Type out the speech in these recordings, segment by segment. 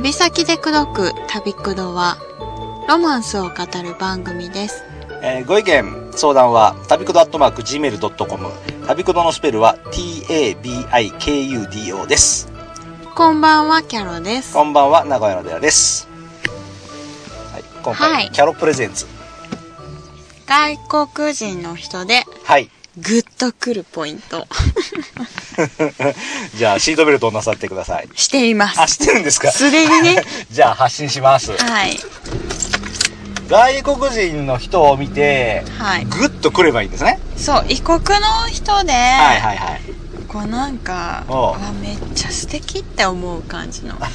旅先で口説く旅くどはロマンスを語る番組です。 ご意見相談は旅くど@gmail.com、 旅くどのスペルは TABIKUDO です。 こんばんは、キャロです。 こんばんは、名古屋の寺です、はい、今回、はい、キャロプレゼンツ外国人の人でグッとくるポイントじゃあシートベルトをなさってください。 しています。 あ、してるんですか。 すでにねじゃあ発信します。 はい。 外国人の人を見て、はい、グッとくればいいんですね。 そう、異国の人で、 はいはいはい、 こうなんかめっちゃ素敵って思う感じの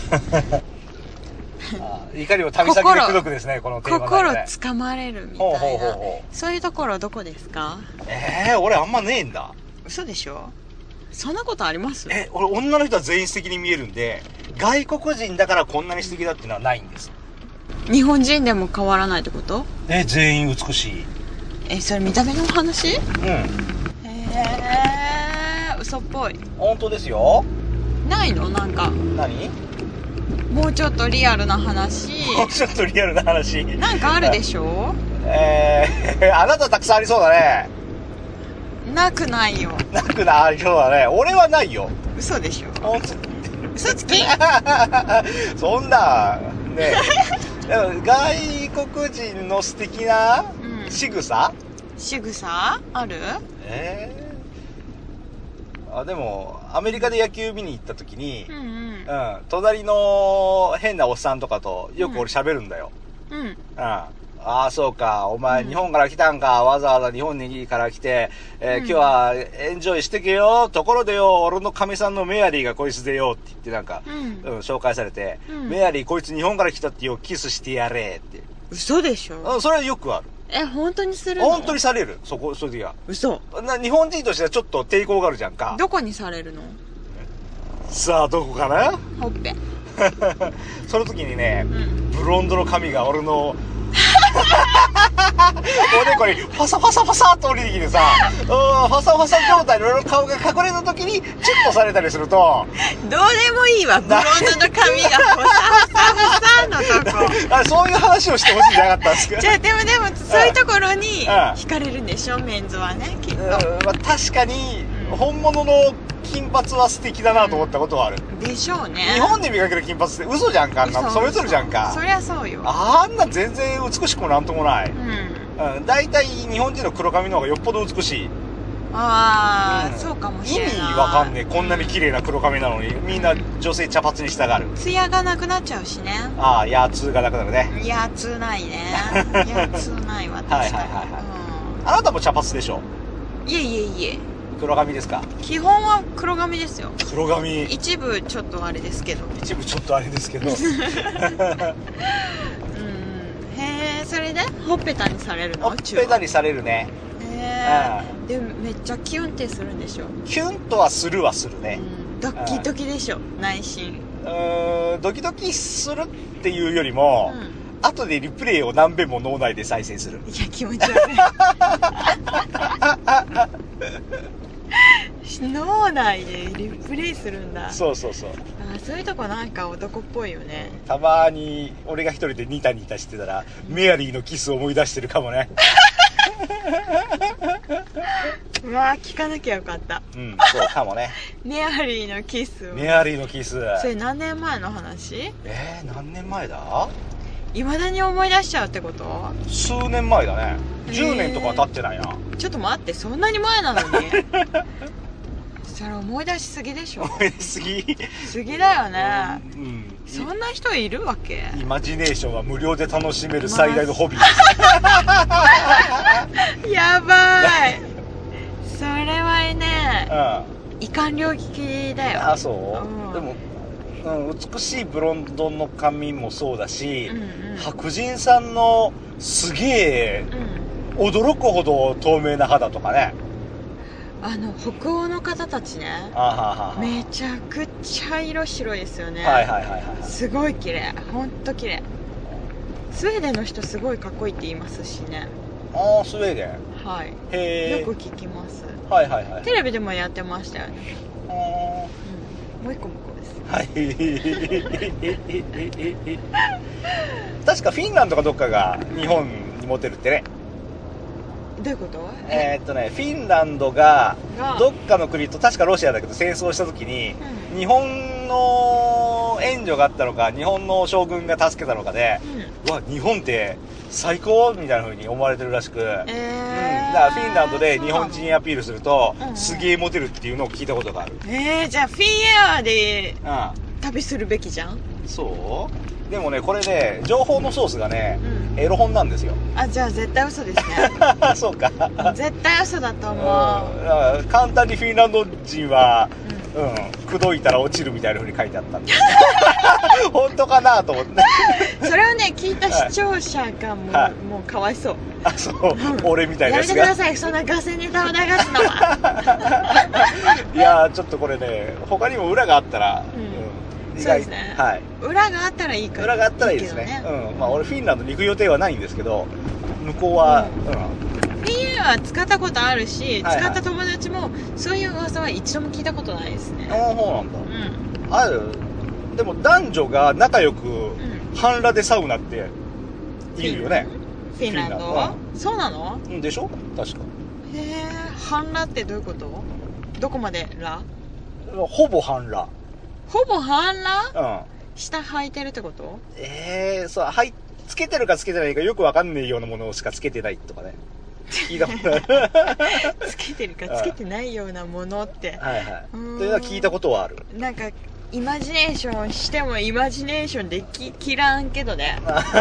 いかにも旅先で口説くですね、このテーマ、ね、 心つかまれるみたいな。そういうところどこですか？ 俺あんまねえんだ。 嘘でしょ？そんなことあります？ 俺女の人は全員素敵に見えるんで、外国人だからこんなに素敵だっていうのはないんです。 日本人でも変わらないってこと？ 全員美しい。 それ見た目の話？ うん。 嘘っぽい。 本当ですよ。 ないの？なんか何？ もうちょっとリアルな話。 もうちょっとリアルな話なんかあるでしょ？ あなたたくさんありそうだね。 なくないよ。 なくないそうだね。俺はないよ。 嘘でしょ？嘘つきそんなね外国人の素敵な仕草、仕草ある？ でもアメリカで野球見に行った時に、隣の変なおっさんとかとよく俺喋るんだよ。ああそうか、お前日本から来たんか、わざわざ日本にから来て、今日はエンジョイしてけよ、ところでよ、俺の神さんのメアリーがこいつでよって言ってなんか、紹介されて、メアリーこいつ日本から来たってよ、キスしてやれって。 嘘でしょ？ それはよくある。 本当にするの？ 本当にされる。そういう時は。 嘘。 日本人としてはちょっと抵抗があるじゃんか。 どこにされるの？さあどこかな？ ほっぺその時にね、ブロンドの髪が俺のおでこにファサファサファサっと降りてきてさ、ファサファサ状態で俺の顔が隠れた時にチュッとされたりすると、 どうでもいいわ、ブロンドの髪がファサファサのとこそういう話をしてほしいんじゃなかったんですか？ じゃあでもそういうところに惹かれるんでしょ、メンズはね、きっと。 確かに本物の金髪は素敵だなと思ったことはある。 でしょうね。 日本で見かける金髪って嘘じゃんか、それぞれじゃんか。 そりゃそうよ。 あんな全然美しくもなんともない。だいたい日本人の黒髪の方がよっぽど美しい。 そうかもしれない。 意味わかんねえ、こんなに綺麗な黒髪なのにみんな女性茶髪にしたがる。 ツヤがなくなっちゃうしね。 ヤーツーがなくなるね。 ヤーツーないね。ヤーツーないわ、確かに。 あなたも茶髪でしょ？ いえ黒髪ですか？ 基本は黒髪ですよ。 黒髪。 一部ちょっとあれですけど。それでほっぺたにされるの？ ほっぺたにされるね。 でもめっちゃキュンってするんでしょ？ キュンとはするね。 ドキドキでしょ、内心。 ドキドキするっていうよりも、後でリプレイを何遍も脳内で再生する。 いや、気持ち悪い。脳内でリプレイするんだ。 そうそういうとこなんか男っぽいよね。 たまに俺が一人でニタニタしてたらメアリーのキスを思い出してるかもね。 聞かなきゃよかった。 そうかもね。 メアリーのキス。それ何年前の話？ 何年前だ？ 未だに思い出しちゃうってこと？ 数年前だね。10年とか経ってないな。 ちょっと待って、そんなに前なのにそれ思い出しすぎでしょ。 思い出しすぎだよね。そんな人いるわけ？ イマジネーションは無料で楽しめる最大のホビーです。 やばい。それはね、遺憾領域だよ。 そう？でも美しいブロンドの髪もそうだし、白人さんのすげえ、驚くほど透明な肌とかね。 北欧の方たちね、めちゃくちゃ色白いですよね。すごい綺麗、ほんと綺麗。スウェーデンの人すごいかっこいいって言いますしね。 スウェーデン。 よく聞きます。 テレビでもやってましたよね。 もう一個向こうです。 はい。確かフィンランドかどっかが日本にモテるってね。 どういうこと？ フィンランドがどっかの国と、確かロシアだけど戦争した時に、日本の援助があったのか、日本の将軍が助けたのかで、うわ、日本って最高みたいな風に思われてるらしく、だからフィンランドで日本人アピールすると、すげえモテるっていうのを聞いたことがある。 じゃあフィンエアーで旅するべきじゃん。 そう？でもね、これね、情報のソースがね、エロ本なんですよ。 じゃあ絶対嘘ですね。 そうか。 絶対嘘だと思う。 簡単にフィンランド人は、口説いたら落ちるみたいな風に書いてあったんで。本当かなと思って。 それをね、聞いた視聴者がもうかわいそう。 そう、俺みたいなやつが。 やめてください、そんなガセネタを流すのは。 いやちょっとこれね、他にも裏があったら、 そうですね。はい。裏があったらいいから。 裏があったらいいですね。まあ俺フィンランドに行く予定はないんですけど、向こうは、 PA は使ったことあるし、使った友達もそういう噂は一度も聞いたことないですね。 そうなんだ。ある。でも男女が仲良く半裸でサウナって言うよね。 フィンランド？そうなの？ でしょ？確か。 半裸ってどういうこと？どこまで裸？ ほぼ半裸。 ほぼ半裸？下履いてるってこと？ そう、つけてるかつけてないかよくわかんないようなものしかつけてないとかね。聞いたことある。 つけてるかつけてないようなものって。 というのは聞いたことはある。 なんか、イマジネーションしてもイマジネーションできらんけどね。そうか。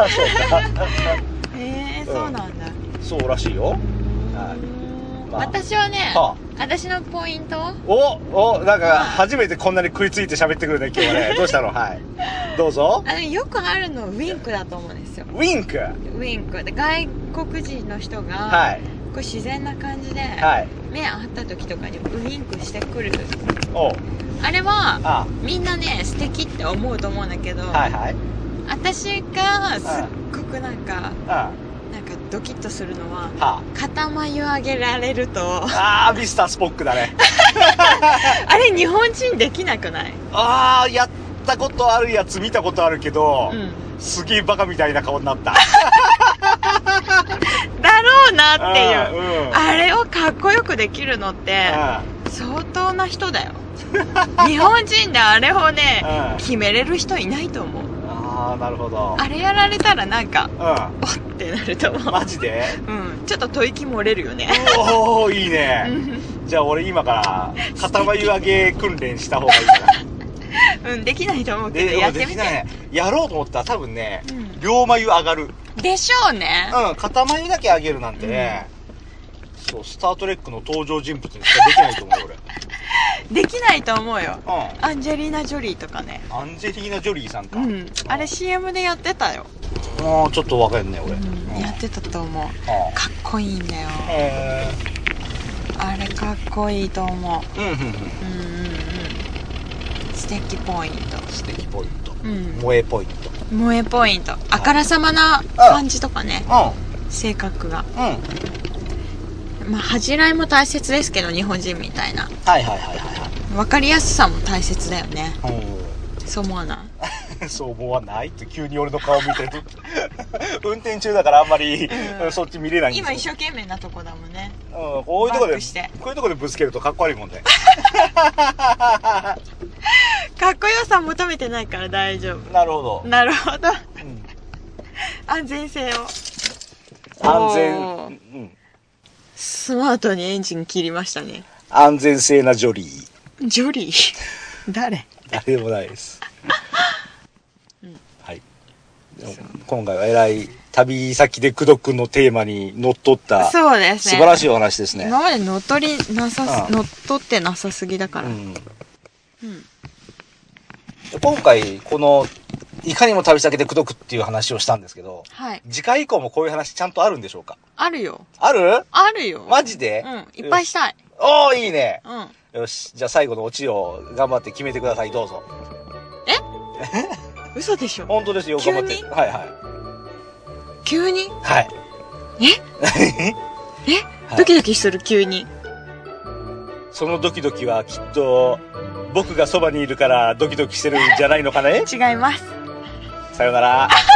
そうなんだ。 そうらしいよ。 私はね、私のポイントなんか初めてこんなに食いついて喋ってくるね、今日はね。どうしたの？はい。どうぞ。 よくあるのウィンクだと思うんですよ。 ウィンクで、外国人の人が、こう自然な感じで、目合った時とかにウィンクしてくる。あれは、みんなね、素敵って思うと思うんだけど、私がすっごくなんかドキッとするのは、肩眉上げられるとミスタースポックだね。 あれ日本人できなくない？ やったことあるやつ見たことあるけど、すげえバカみたいな顔になった。 だろうなっていう、あれをかっこよくできるのって相当な人だよ。日本人であれをね、決めれる人いないと思う。 なるほど。 あれやられたらなんか、おってなると思う。 マジで？ ちょっと吐息漏れるよね。 いいね。じゃあ俺今から肩眉上げ訓練した方がいいかな。できないと思うけどやってみて。 やろうと思ったら多分ね、両眉上がるでしょうね。 肩眉だけ上げるなんてね、スタートレックの登場人物にしかできないと思うよ俺。 できないと思うよ。アンジェリーナ・ジョリーとかね。 アンジェリーナ・ジョリーさんか。 あれ CM でやってたよ。 ちょっとわかんね俺。 やってたと思う。かっこいいんだよ。あれかっこいいと思う。素敵ポイント。 素敵ポイント。萌えポイント。 萌えポイント。あからさまな感じとかね。性格が。恥じらいも大切ですけど、日本人みたいな。分かりやすさも大切だよね。そう思わない？ そう思わないって急に俺の顔見てる。運転中だからあんまり、そっち見れないんですよ。 今一生懸命なとこだもんね。 こういうとこでぶつけるとかっこ悪いもんね。 かっこよさ求めてないから大丈夫。 なるほど。 安全性を。 安全。 スマートにエンジン切りましたね。 安全性なジョリー。 ジョリー誰でもないです。はい。今回はえらい旅先で口説くのテーマにのっとった、 そうですね。 素晴らしいお話ですね。 今までのっとってなさすぎだから。 今回このいかにも旅先で口説くっていう話をしたんですけど、次回以降もこういう話ちゃんとあるんでしょうか？ あるよ。 あるよ。 マジで？ いっぱいしたい。 いいね。よし、じゃあ最後のオチを頑張って決めてください。どうぞ。 嘘でしょ？ 本当ですよ。頑張って。 急に？ はい。 ドキドキする急に。 そのドキドキはきっと僕がそばにいるからドキドキしてるんじゃないのかね。 違います。 さよなら。